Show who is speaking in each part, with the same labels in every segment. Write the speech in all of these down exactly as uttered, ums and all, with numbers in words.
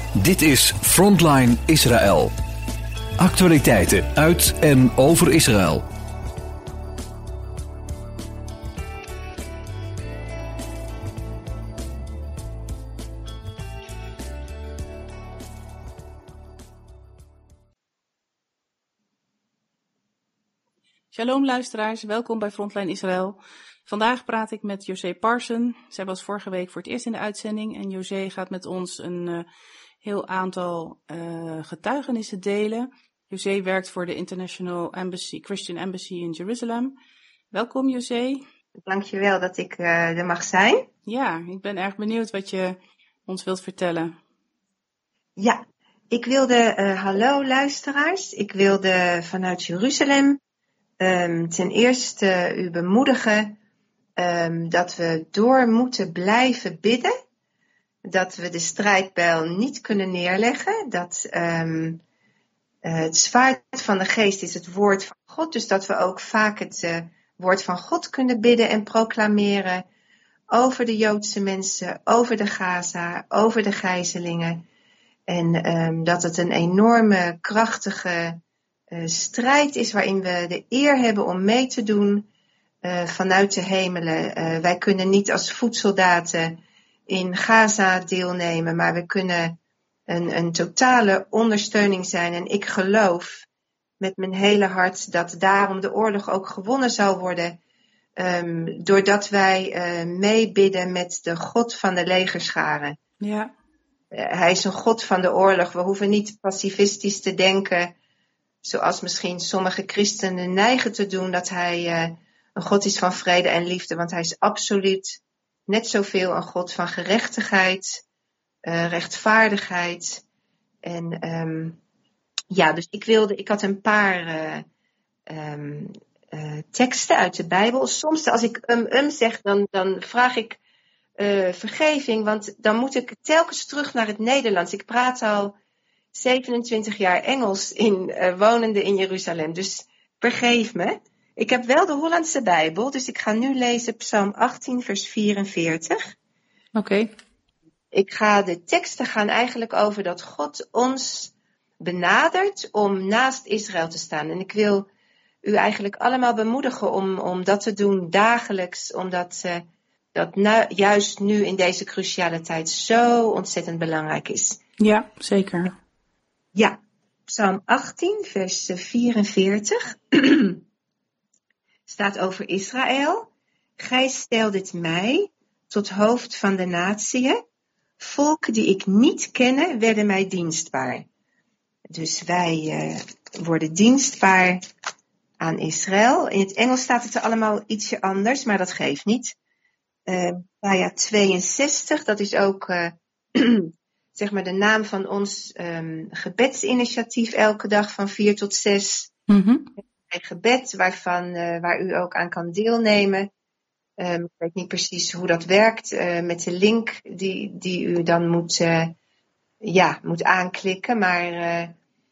Speaker 1: Dit is Frontline Israël. Actualiteiten uit en over Israël.
Speaker 2: Shalom luisteraars, welkom bij Frontline Israël. Vandaag praat ik met José Parson. Zij was vorige week voor het eerst in de uitzending en José gaat met ons een uh, heel aantal uh, getuigenissen delen. José werkt voor de International Embassy, Christian Embassy in Jeruzalem. Welkom José.
Speaker 3: Dankjewel dat ik uh, er mag zijn.
Speaker 2: Ja, ik ben erg benieuwd wat je ons wilt vertellen.
Speaker 3: Ja, ik wilde, uh, hallo luisteraars, ik wilde vanuit Jeruzalem um, ten eerste u bemoedigen um, dat we door moeten blijven bidden. Dat we de strijdbijl niet kunnen neerleggen. Dat um, uh, het zwaard van de geest is het woord van God. Dus dat we ook vaak het uh, woord van God kunnen bidden en proclameren. Over de Joodse mensen, over de Gaza, over de gijzelingen. En um, dat het een enorme, krachtige uh, strijd is waarin we de eer hebben om mee te doen uh, vanuit de hemelen. Uh, wij kunnen niet als voedsoldaten in Gaza deelnemen, maar we kunnen een, een totale ondersteuning zijn. En ik geloof met mijn hele hart dat daarom de oorlog ook gewonnen zal worden. Um, doordat wij uh, meebidden met de God van de legerscharen.
Speaker 2: Ja.
Speaker 3: Uh, hij is een God van de oorlog. We hoeven niet pacifistisch te denken, zoals misschien sommige christenen neigen te doen, dat hij uh, een God is van vrede en liefde. Want hij is absoluut net zoveel een God van gerechtigheid, uh, rechtvaardigheid. En um, ja, dus ik wilde, ik had een paar uh, um, uh, teksten uit de Bijbel. Soms als ik um um zeg, dan, dan vraag ik uh, vergeving, want dan moet ik telkens terug naar het Nederlands. Ik praat al zevenentwintig jaar Engels in, uh, wonende in Jeruzalem, dus vergeef me. Ik heb wel de Hollandse Bijbel, dus ik ga nu lezen Psalm achttien, vers vierenveertig.
Speaker 2: Oké. Okay.
Speaker 3: Ik ga de teksten gaan eigenlijk over dat God ons benadert om naast Israël te staan. En ik wil u eigenlijk allemaal bemoedigen om, om dat te doen dagelijks, omdat uh, dat nu, juist nu in deze cruciale tijd zo ontzettend belangrijk is.
Speaker 2: Ja, zeker.
Speaker 3: Ja, Psalm achttien, vers vierenveertig. Staat over Israël. Gij steldet mij tot hoofd van de natieën. Volken die ik niet kenne, werden mij dienstbaar. Dus wij uh, worden dienstbaar aan Israël. In het Engels staat het er allemaal ietsje anders, maar dat geeft niet. Uh, Psalm tweeënzestig, dat is ook uh, zeg maar de naam van ons um, gebedsinitiatief elke dag van vier tot zes.
Speaker 2: Mm-hmm.
Speaker 3: Een gebed waarvan, uh, waar u ook aan kan deelnemen. Um, ik weet niet precies hoe dat werkt uh, met de link die, die u dan moet, uh, ja, moet aanklikken. Maar uh,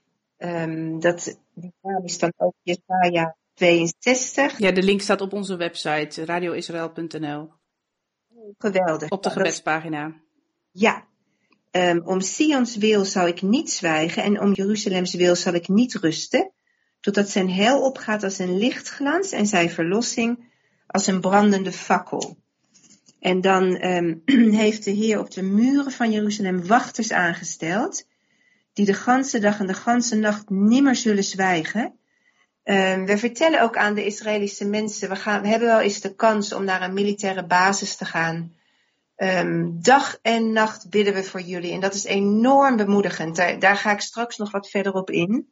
Speaker 3: um, dat, die naam is dan ook Jesaja tweeënzestig.
Speaker 2: Ja, de link staat op onze website radio israel punt n l.
Speaker 3: Geweldig.
Speaker 2: Op de gebedspagina.
Speaker 3: Ja. Um, om Sions wil zal ik niet zwijgen en om Jeruzalems wil zal ik niet rusten. Totdat zijn heil opgaat als een lichtglans en zijn verlossing als een brandende fakkel. En dan um, heeft de Heer op de muren van Jeruzalem wachters aangesteld, die de ganse dag en de ganse nacht nimmer zullen zwijgen. Um, we vertellen ook aan de Israëlische mensen, we, gaan, we hebben wel eens de kans om naar een militaire basis te gaan. Um, dag en nacht bidden we voor jullie en dat is enorm bemoedigend. Daar, daar ga ik straks nog wat verder op in.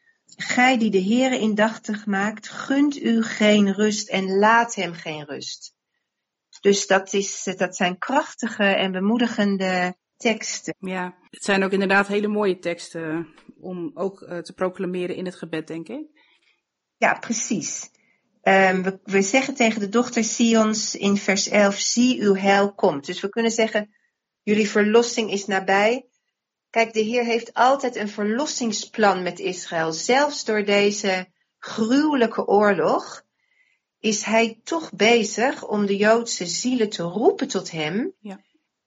Speaker 3: Gij die de Heere indachtig maakt, gunt u geen rust en laat hem geen rust. Dus dat, is, dat zijn krachtige en bemoedigende teksten.
Speaker 2: Ja, het zijn ook inderdaad hele mooie teksten om ook uh, te proclameren in het gebed, denk ik.
Speaker 3: Ja, precies. Um, we, we zeggen tegen de dochter Sions in vers elf, zie uw heil komt. Dus we kunnen zeggen, jullie verlossing is nabij. Kijk, de Heer heeft altijd een verlossingsplan met Israël. Zelfs door deze gruwelijke oorlog is hij toch bezig om de Joodse zielen te roepen tot hem.
Speaker 2: Ja.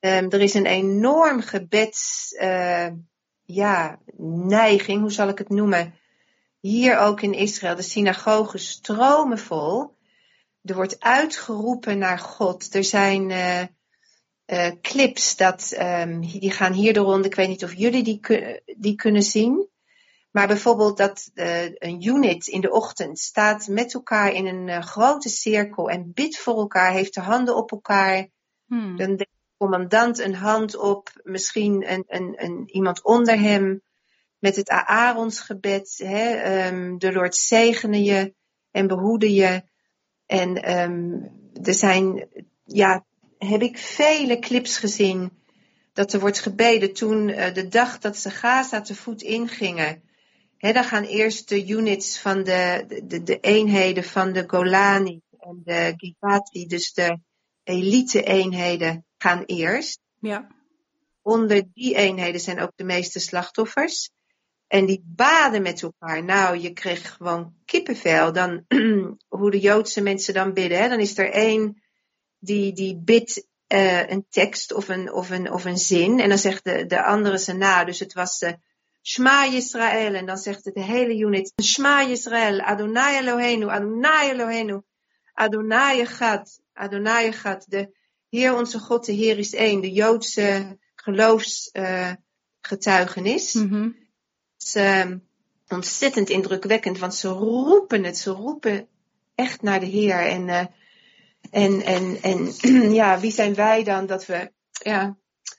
Speaker 3: Um, er is een enorm gebeds, uh, ja, neiging, hoe zal ik het noemen? Hier ook in Israël, de synagogen stromen vol. Er wordt uitgeroepen naar God. Er zijn uh, uh, clips, dat, um, die gaan hier de ronde. Ik weet niet of jullie die, die kunnen zien. Maar bijvoorbeeld dat uh, een unit in de ochtend staat met elkaar in een uh, grote cirkel en bidt voor elkaar, heeft de handen op elkaar. Hmm. Dan de commandant een hand op, misschien een, een, een, iemand onder hem met het Aaronsgebed. Hè, um, de Lord zegene je en behoede je. En um, er zijn, ja, heb ik vele clips gezien dat er wordt gebeden toen uh, de dag dat ze Gaza te voet ingingen. He, dan gaan eerst de units van de, de, de eenheden van de Golani en de Givati, dus de elite-eenheden, gaan eerst.
Speaker 2: Ja.
Speaker 3: Onder die eenheden zijn ook de meeste slachtoffers. En die baden met elkaar. Nou, je kreeg gewoon kippenvel. Dan, hoe de Joodse mensen dan bidden. Hè? Dan is er één die, die bidt uh, een tekst of een, of, een, of een zin. En dan zegt de, de andere ze na. Dus het was de Shema Yisrael. En dan zegt het de hele unit. Shema Yisrael. Adonai Eloheinu. Adonai Eloheinu. Adonai Echad. Adonai Echad. De Heer onze God, de Heer is één. De Joodse geloofsgetuigenis. Uh, mm-hmm. Het is uh, ontzettend indrukwekkend. Want ze roepen het. Ze roepen echt naar de Heer. En, uh, en, en, en ja, wie zijn wij dan dat we ja,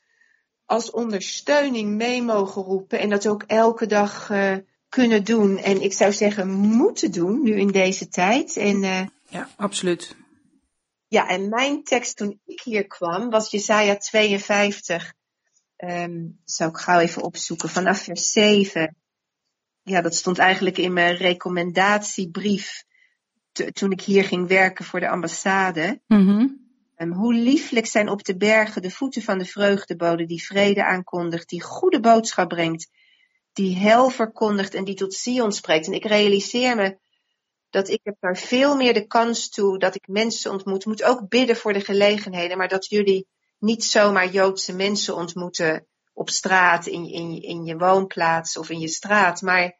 Speaker 3: als ondersteuning mee mogen roepen. En dat ook elke dag uh, kunnen doen. En ik zou zeggen moeten doen. Nu in deze tijd. En, uh,
Speaker 2: ja, absoluut.
Speaker 3: Ja, en mijn tekst toen ik hier kwam was Jesaja tweeënvijftig. Um, zou ik gauw even opzoeken. Vanaf vers zeven. Ja, dat stond eigenlijk in mijn recommendatiebrief. T- toen ik hier ging werken voor de ambassade.
Speaker 2: Mm-hmm.
Speaker 3: Um, hoe lieflijk zijn op de bergen de voeten van de vreugdebode die vrede aankondigt. Die goede boodschap brengt. Die hel verkondigt en die tot Sion spreekt. En ik realiseer me dat ik heb daar veel meer de kans toe dat ik mensen ontmoet. Moet ook bidden voor de gelegenheden. Maar dat jullie niet zomaar Joodse mensen ontmoeten op straat, in, in, in je woonplaats of in je straat. Maar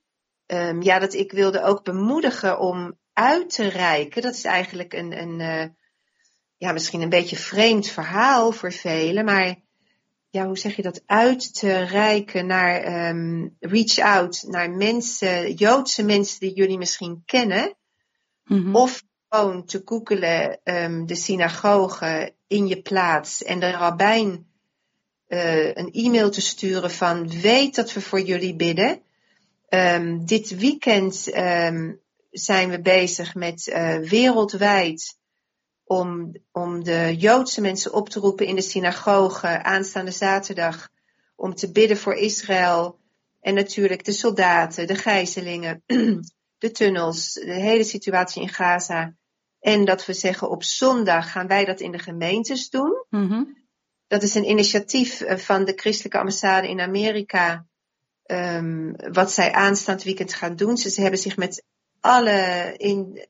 Speaker 3: um, ja, dat ik wilde ook bemoedigen om uit te reiken. Dat is eigenlijk een, een uh, ja, misschien een beetje vreemd verhaal voor velen. Maar ja, hoe zeg je dat? Uit te reiken naar, um, reach out naar mensen, Joodse mensen die jullie misschien kennen. Mm-hmm. Of gewoon te googelen um, de synagoge in je plaats en de rabbijn uh, een e-mail te sturen van weet dat we voor jullie bidden. Um, dit weekend um, zijn we bezig met uh, wereldwijd om, om de Joodse mensen op te roepen in de synagoge aanstaande zaterdag om te bidden voor Israël en natuurlijk de soldaten, de gijzelingen, de tunnels, de hele situatie in Gaza. En dat we zeggen op zondag gaan wij dat in de gemeentes doen.
Speaker 2: Mm-hmm.
Speaker 3: Dat is een initiatief van de christelijke ambassade in Amerika. Um, wat zij aanstaand weekend gaan doen. Ze, ze hebben zich met alle in,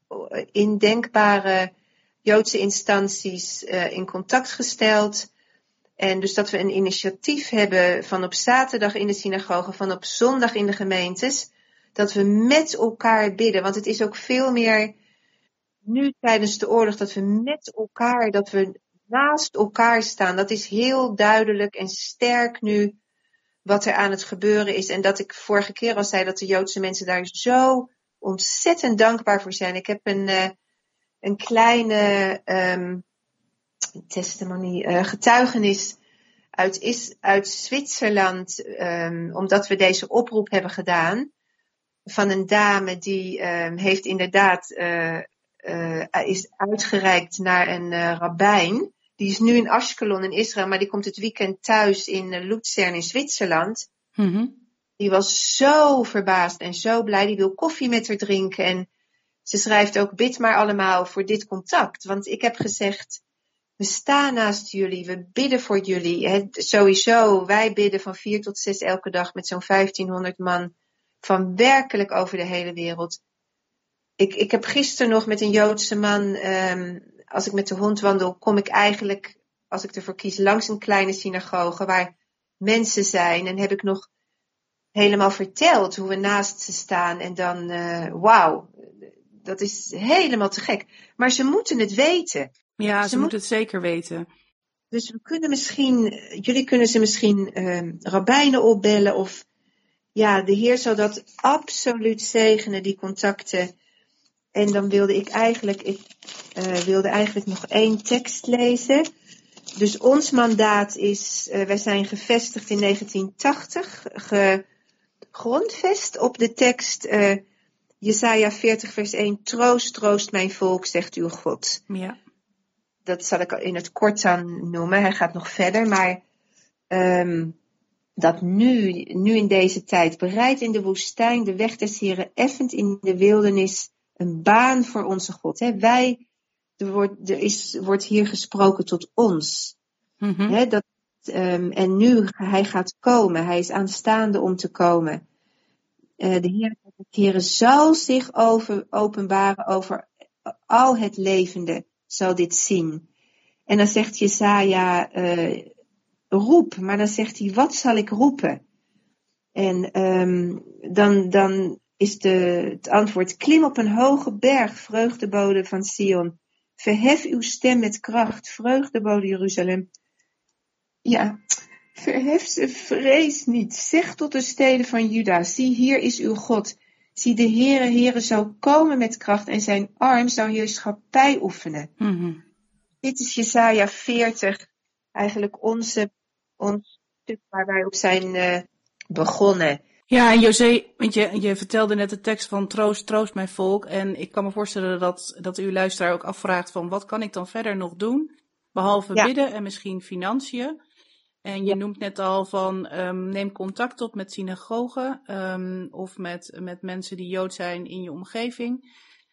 Speaker 3: indenkbare Joodse instanties uh, in contact gesteld. En dus dat we een initiatief hebben van op zaterdag in de synagoge, van op zondag in de gemeentes. Dat we met elkaar bidden. Want het is ook veel meer nu tijdens de oorlog dat we met elkaar, dat we naast elkaar staan. Dat is heel duidelijk en sterk nu wat er aan het gebeuren is. En dat ik vorige keer al zei dat de Joodse mensen daar zo ontzettend dankbaar voor zijn. Ik heb een, uh, een kleine um, testimony, uh, getuigenis uit, is, uit Zwitserland, um, omdat we deze oproep hebben gedaan. Van een dame die um, heeft inderdaad uh, uh, is uitgereikt naar een uh, rabbijn. Die is nu in Ashkelon in Israël, maar die komt het weekend thuis in uh, Luzern in Zwitserland.
Speaker 2: Mm-hmm.
Speaker 3: Die was zo verbaasd en zo blij. Die wil koffie met haar drinken. En ze schrijft ook, bid maar allemaal voor dit contact. Want ik heb gezegd, we staan naast jullie, we bidden voor jullie. He, sowieso, wij bidden van vier tot zes elke dag met zo'n vijftienhonderd man. Van werkelijk over de hele wereld. Ik, ik heb gisteren nog met een Joodse man, um, als ik met de hond wandel, kom ik eigenlijk als ik ervoor kies, langs een kleine synagoge waar mensen zijn. En heb ik nog helemaal verteld hoe we naast ze staan. En dan, uh, wauw, dat is helemaal te gek. Maar ze moeten het weten.
Speaker 2: Ja, ze,
Speaker 3: ze
Speaker 2: moeten
Speaker 3: moet...
Speaker 2: het zeker weten.
Speaker 3: Dus we kunnen misschien, jullie kunnen ze misschien uh, rabbijnen opbellen. Of ja, de Heer zal dat absoluut zegenen, die contacten. En dan wilde ik eigenlijk, ik uh, wilde eigenlijk nog één tekst lezen. Dus ons mandaat is, uh, wij zijn gevestigd in negentien tachtig, gegrondvest op de tekst uh, Jesaja veertig vers één. Troost, troost mijn volk, zegt uw God.
Speaker 2: Ja.
Speaker 3: Dat zal ik in het kort dan noemen. Hij gaat nog verder, maar um, dat nu, nu in deze tijd, bereid in de woestijn de weg des Heren, effend in de wildernis, een baan voor onze God. Hè. Wij, er wordt, er is, wordt hier gesproken tot ons.
Speaker 2: Mm-hmm.
Speaker 3: Hè, dat, um, en nu, hij gaat komen. Hij is aanstaande om te komen. Uh, de Heer, de Heer zal zich over, openbaren over al het levende, zal dit zien. En dan zegt Jesaja, uh, roep. Maar dan zegt hij, wat zal ik roepen? En um, dan, dan is de, het antwoord, klim op een hoge berg, vreugdebode van Sion. Verhef uw stem met kracht, vreugdebode Jeruzalem. Ja, verhef ze, vrees niet. Zeg tot de steden van Juda, zie, hier is uw God. Zie, de Heere, Heere zal komen met kracht en zijn arm zal heerschappij oefenen.
Speaker 2: Mm-hmm.
Speaker 3: Dit is Jesaja veertig, eigenlijk onze, ons stuk waar wij op zijn uh, begonnen.
Speaker 2: Ja, en José, want je, je vertelde net de tekst van troost, troost mijn volk. En ik kan me voorstellen dat, dat uw luisteraar ook afvraagt van wat kan ik dan verder nog doen? Behalve ja. bidden en misschien financiën. En je ja. noemt net al van um, neem contact op met synagogen um, of met, met mensen die Jood zijn in je omgeving.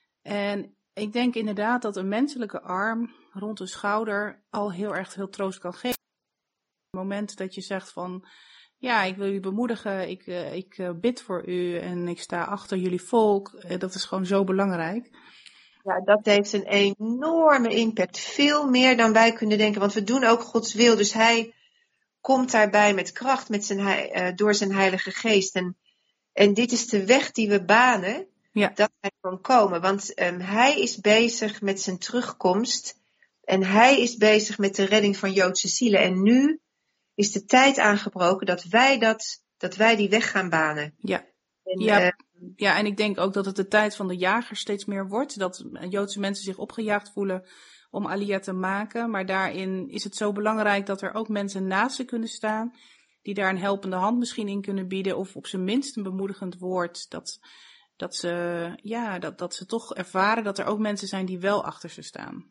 Speaker 2: En ik denk inderdaad dat een menselijke arm rond de schouder al heel erg veel troost kan geven. Op het moment dat je zegt van ja, ik wil u bemoedigen, ik, uh, ik uh, bid voor u en ik sta achter jullie volk. Uh, dat is gewoon zo belangrijk.
Speaker 3: Ja, dat heeft een enorme impact. Veel meer dan wij kunnen denken, want we doen ook Gods wil. Dus hij komt daarbij met kracht met zijn, uh, door zijn Heilige Geest. En, en dit is de weg die we banen, ja. dat hij kan komen. Want um, hij is bezig met zijn terugkomst. En hij is bezig met de redding van Joodse zielen. En nu is de tijd aangebroken dat wij, dat, dat wij die weg gaan banen.
Speaker 2: Ja.
Speaker 3: En,
Speaker 2: ja,
Speaker 3: uh,
Speaker 2: ja, en ik denk ook dat het de tijd van de jager steeds meer wordt. Dat Joodse mensen zich opgejaagd voelen om Aliyah te maken. Maar daarin is het zo belangrijk dat er ook mensen naast ze kunnen staan. Die daar een helpende hand misschien in kunnen bieden. Of op zijn minst een bemoedigend woord. Dat, dat, ze, ja, dat, dat ze toch ervaren dat er ook mensen zijn die wel achter ze staan.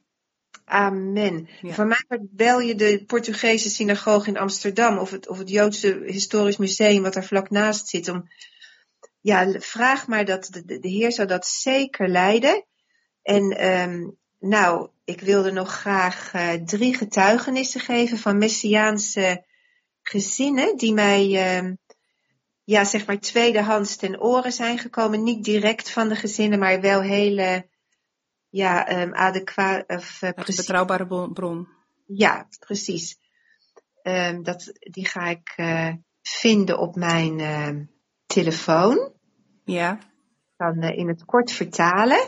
Speaker 3: Amen.
Speaker 2: Ja.
Speaker 3: Van mij bel je de Portugese synagoge in Amsterdam. Of het, of het Joodse Historisch Museum wat daar vlak naast zit. Om, ja, vraag maar dat de, de Heer zou dat zeker leiden. En um, nou, ik wilde nog graag uh, drie getuigenissen geven van Messiaanse gezinnen die mij, um, ja, zeg maar tweedehands ten oren zijn gekomen. Niet direct van de gezinnen, maar wel hele, ja, um, adequaat, of uh,
Speaker 2: precies. Een betrouwbare bron.
Speaker 3: Ja, precies. Um, dat, die ga ik uh, vinden op mijn uh, telefoon.
Speaker 2: Ja.
Speaker 3: Ik kan uh, in het kort vertalen.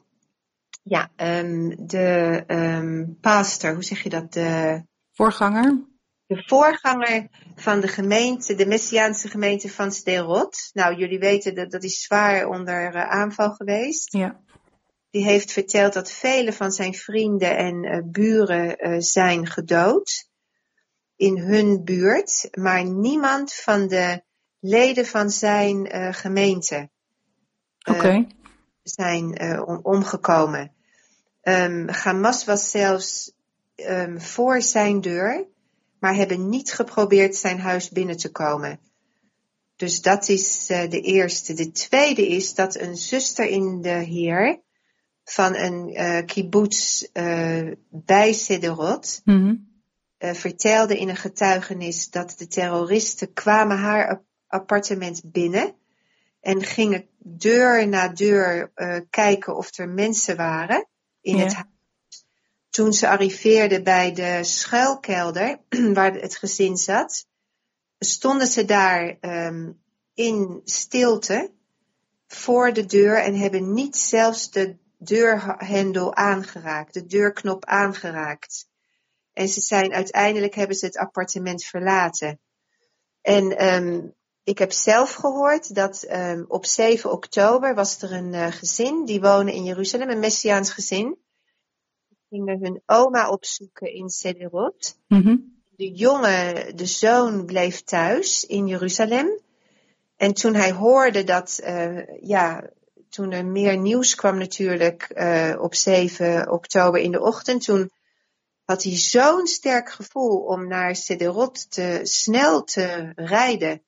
Speaker 3: Ja, um, de um, pastor, hoe zeg je dat? De
Speaker 2: voorganger.
Speaker 3: De voorganger van de gemeente, de Messiaanse gemeente van Sderot. Nou, jullie weten dat dat is zwaar onder uh, aanval geweest.
Speaker 2: Ja.
Speaker 3: Die heeft verteld dat vele van zijn vrienden en uh, buren uh, zijn gedood in hun buurt, maar niemand van de leden van zijn uh, gemeente uh,
Speaker 2: okay.
Speaker 3: zijn uh, om, omgekomen. Um, Hamas was zelfs um, voor zijn deur, maar hebben niet geprobeerd zijn huis binnen te komen. Dus dat is uh, de eerste. De tweede is dat een zuster in de Heer van een uh, kibbutz uh, bij Sderot
Speaker 2: mm-hmm.
Speaker 3: uh, vertelde in een getuigenis dat de terroristen kwamen haar appartement binnen en gingen deur na deur uh, kijken of er mensen waren in
Speaker 2: ja.
Speaker 3: het huis. toen ze arriveerden bij de schuilkelder waar het gezin zat, stonden ze daar um, in stilte voor de deur en hebben niet zelfs de deurhendel aangeraakt, de deurknop aangeraakt. En ze zijn uiteindelijk hebben ze het appartement verlaten. En um, ik heb zelf gehoord dat um, op zeven oktober was er een uh, gezin, die wonen in Jeruzalem, een Messiaans gezin. Die gingen hun oma opzoeken in Sderot.
Speaker 2: Mm-hmm.
Speaker 3: De jongen, de zoon, bleef thuis in Jeruzalem. En toen hij hoorde dat, uh, ja, toen er meer nieuws kwam natuurlijk uh, op zeven oktober in de ochtend, toen had hij zo'n sterk gevoel om naar Sderot te snel te rijden.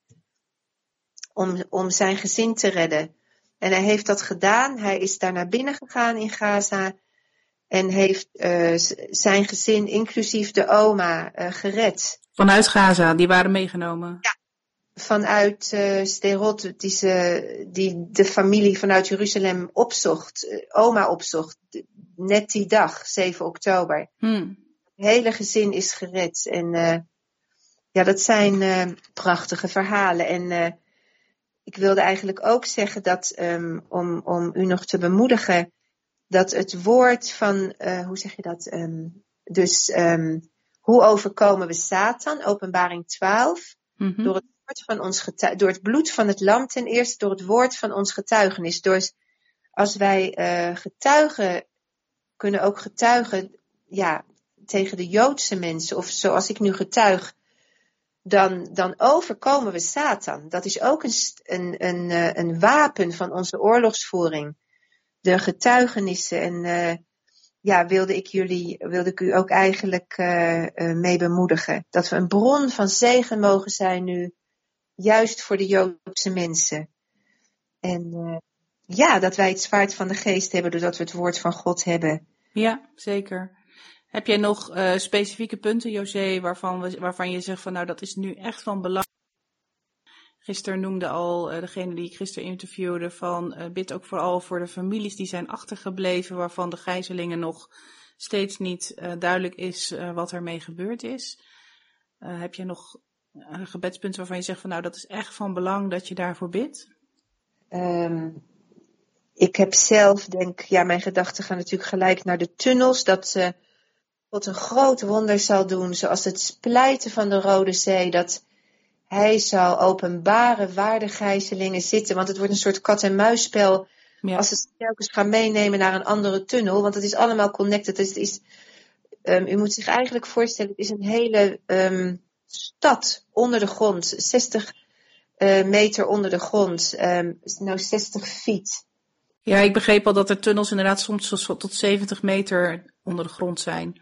Speaker 3: Om, om zijn gezin te redden. En hij heeft dat gedaan. Hij is daar naar binnen gegaan in Gaza. En heeft uh, zijn gezin, inclusief de oma, uh, gered.
Speaker 2: Vanuit Gaza, die waren meegenomen?
Speaker 3: Ja, vanuit uh, Sderot, die, ze, die de familie vanuit Jeruzalem opzocht. Uh, oma opzocht. Net die dag, zeven oktober.
Speaker 2: Hmm.
Speaker 3: Het hele gezin is gered. En uh, ja, dat zijn uh, prachtige verhalen. En uh, ik wilde eigenlijk ook zeggen dat, um, om, om u nog te bemoedigen, dat het woord van, uh, hoe zeg je dat, um, dus um, hoe overkomen we Satan, Openbaring twaalf,
Speaker 2: Mm-hmm.
Speaker 3: door het woord van ons getu- door het bloed van het lam ten eerste, door het woord van ons getuigenis. Door, als wij uh, getuigen, kunnen ook getuigen, ja, tegen de Joodse mensen, of zoals ik nu getuig, Dan, dan overkomen we Satan. Dat is ook een, een, een, een wapen van onze oorlogsvoering. De getuigenissen. En uh, ja, wilde ik jullie, wilde ik u ook eigenlijk uh, uh, mee bemoedigen. Dat we een bron van zegen mogen zijn nu. Juist voor de Joodse mensen. En uh, ja, dat wij het zwaard van de geest hebben doordat we het woord van God hebben.
Speaker 2: Ja, zeker. Heb jij nog uh, specifieke punten, José, waarvan, we, waarvan je zegt van nou dat is nu echt van belang? Gisteren noemde al uh, degene die ik gisteren interviewde van uh, bid ook vooral voor de families die zijn achtergebleven, waarvan de gijzelingen nog steeds niet uh, duidelijk is uh, wat ermee gebeurd is. Uh, heb jij nog een gebedspunt waarvan je zegt van nou dat is echt van belang dat je daarvoor bidt?
Speaker 3: Um, ik heb zelf, denk ja, mijn gedachten gaan natuurlijk gelijk naar de tunnels, dat uh, God een groot wonder zal doen, zoals het splijten van de Rode Zee, dat hij zal openbaren waar de gijzelingen zitten, want het wordt een soort kat-en-muisspel ja. Als ze telkens gaan meenemen naar een andere tunnel, want het is allemaal connected. Het is, um, u moet zich eigenlijk voorstellen, het is een hele um, stad onder de grond, zestig uh, meter onder de grond, um, nou zestig feet.
Speaker 2: Ja, ik begreep al dat er tunnels inderdaad soms tot zeventig meter onder de grond zijn.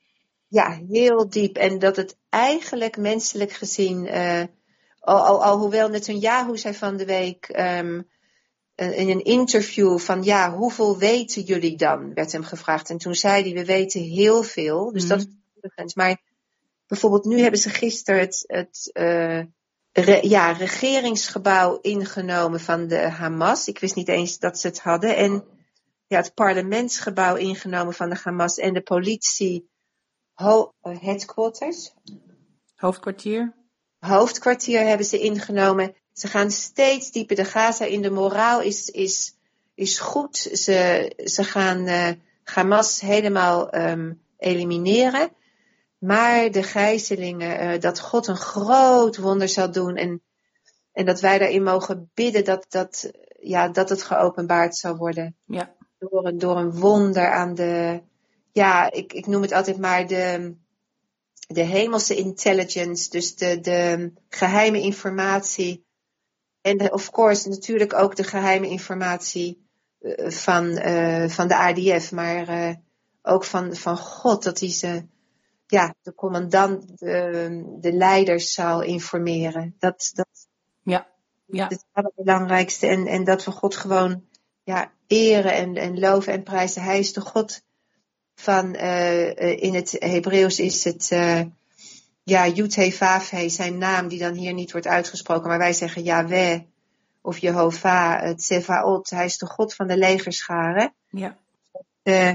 Speaker 3: Ja, heel diep. En dat het eigenlijk menselijk gezien, uh, al, al, al hoewel Netanyahu zei van de week um, in een interview van ja, hoeveel weten jullie dan, werd hem gevraagd. En toen zei hij, we weten heel veel. Dus mm. dat is de grens. Maar bijvoorbeeld nu hebben ze gisteren het, het uh, re, ja, regeringsgebouw ingenomen van de Hamas. Ik wist niet eens dat ze het hadden. En ja, het parlementsgebouw ingenomen van de Hamas en de politie. Ho- uh, headquarters.
Speaker 2: Hoofdkwartier.
Speaker 3: Hoofdkwartier hebben ze ingenomen. Ze gaan steeds dieper de Gaza in. De moraal is, is, is goed. Ze, ze gaan uh, Hamas helemaal um, elimineren. Maar de gijzelingen, uh, dat God een groot wonder zal doen. En, en dat wij daarin mogen bidden dat, dat, ja, dat het geopenbaard zal worden.
Speaker 2: Ja.
Speaker 3: Door, een, door een wonder aan de... Ja, ik, ik noem het altijd maar de, de hemelse intelligence, dus de, de geheime informatie. En de, of course natuurlijk ook de geheime informatie uh, van, uh, van de A D F, maar uh, ook van, van God, dat hij ze, ja, de commandant, de, de leiders zal informeren. Dat, dat
Speaker 2: ja, ja.
Speaker 3: is het allerbelangrijkste. En, en dat we God gewoon ja, eren en, en loven en prijzen. Hij is de God van, uh, in het Hebreeuws is het, uh, ja, Yud He Vav He, zijn naam die dan hier niet wordt uitgesproken, maar wij zeggen Yahweh of Jehovah, het Tsevaot, hij is de God van de legerscharen.
Speaker 2: Ja.
Speaker 3: Uh,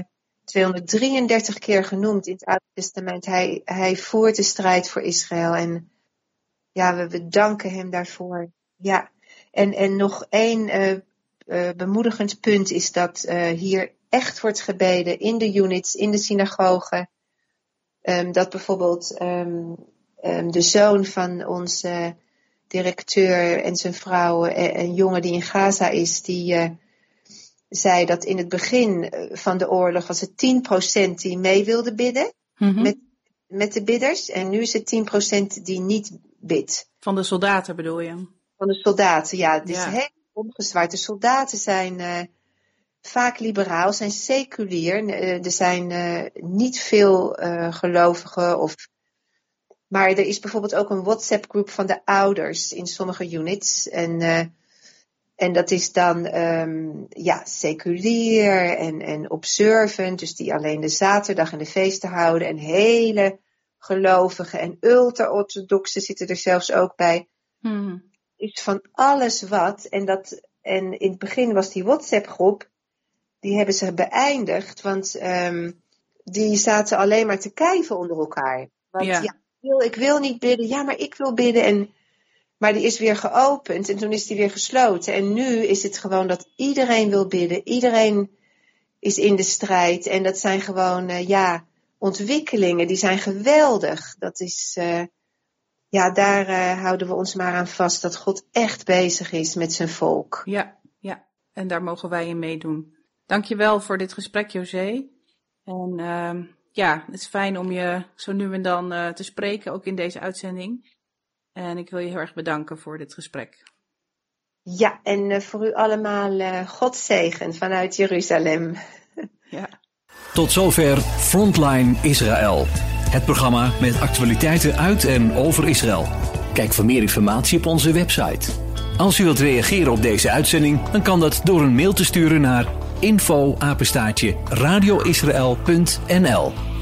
Speaker 3: tweehonderddrieëndertig keer genoemd in het Oude Testament. Hij, hij voert de strijd voor Israël. En ja, we bedanken hem daarvoor. Ja, en, en nog één uh, uh, bemoedigend punt is dat uh, hier echt wordt gebeden in de units, in de synagogen. Um, dat bijvoorbeeld um, um, de zoon van onze directeur en zijn vrouw, uh, een jongen die in Gaza is, die uh, zei dat in het begin van de oorlog was het tien procent die mee wilde bidden mm-hmm. met, met de bidders. En nu is het tien procent die niet bidt.
Speaker 2: Van de soldaten bedoel je?
Speaker 3: Van de soldaten, ja. Het
Speaker 2: ja.
Speaker 3: is heel omgezwaard. De soldaten zijn uh, vaak liberaal, zijn seculier. Uh, er zijn uh, niet veel uh, gelovigen. Of... Maar er is bijvoorbeeld ook een WhatsApp-groep van de ouders in sommige units. En, uh, en dat is dan um, ja, seculier en, en observant. Dus die alleen de zaterdag en de feesten houden. En hele gelovigen en ultra-orthodoxen zitten er zelfs ook bij.
Speaker 2: Hmm.
Speaker 3: Is van alles wat. En, dat, en in het begin was die WhatsApp-groep, die hebben ze beëindigd. Want um, die zaten alleen maar te kijven onder elkaar. Want ja, ja ik, wil, ik wil niet bidden. Ja, maar ik wil bidden. En, maar die is weer geopend en toen is die weer gesloten. En nu is het gewoon dat iedereen wil bidden. Iedereen is in de strijd. En dat zijn gewoon, uh, ja, ontwikkelingen. Die zijn geweldig. Dat is... Uh, Ja, daar uh, houden we ons maar aan vast dat God echt bezig is met zijn volk.
Speaker 2: Ja, ja. En daar mogen wij in meedoen. Dankjewel voor dit gesprek, José. En uh, ja, het is fijn om je zo nu en dan uh, te spreken, ook in deze uitzending. En ik wil je heel erg bedanken voor dit gesprek.
Speaker 3: Ja, en uh, voor u allemaal uh, Gods zegen vanuit Jeruzalem.
Speaker 2: Ja.
Speaker 1: Tot zover Frontline Israël. Het programma met actualiteiten uit en over Israël. Kijk voor meer informatie op onze website. Als u wilt reageren op deze uitzending, dan kan dat door een mail te sturen naar info apenstaartje radioisrael punt n l.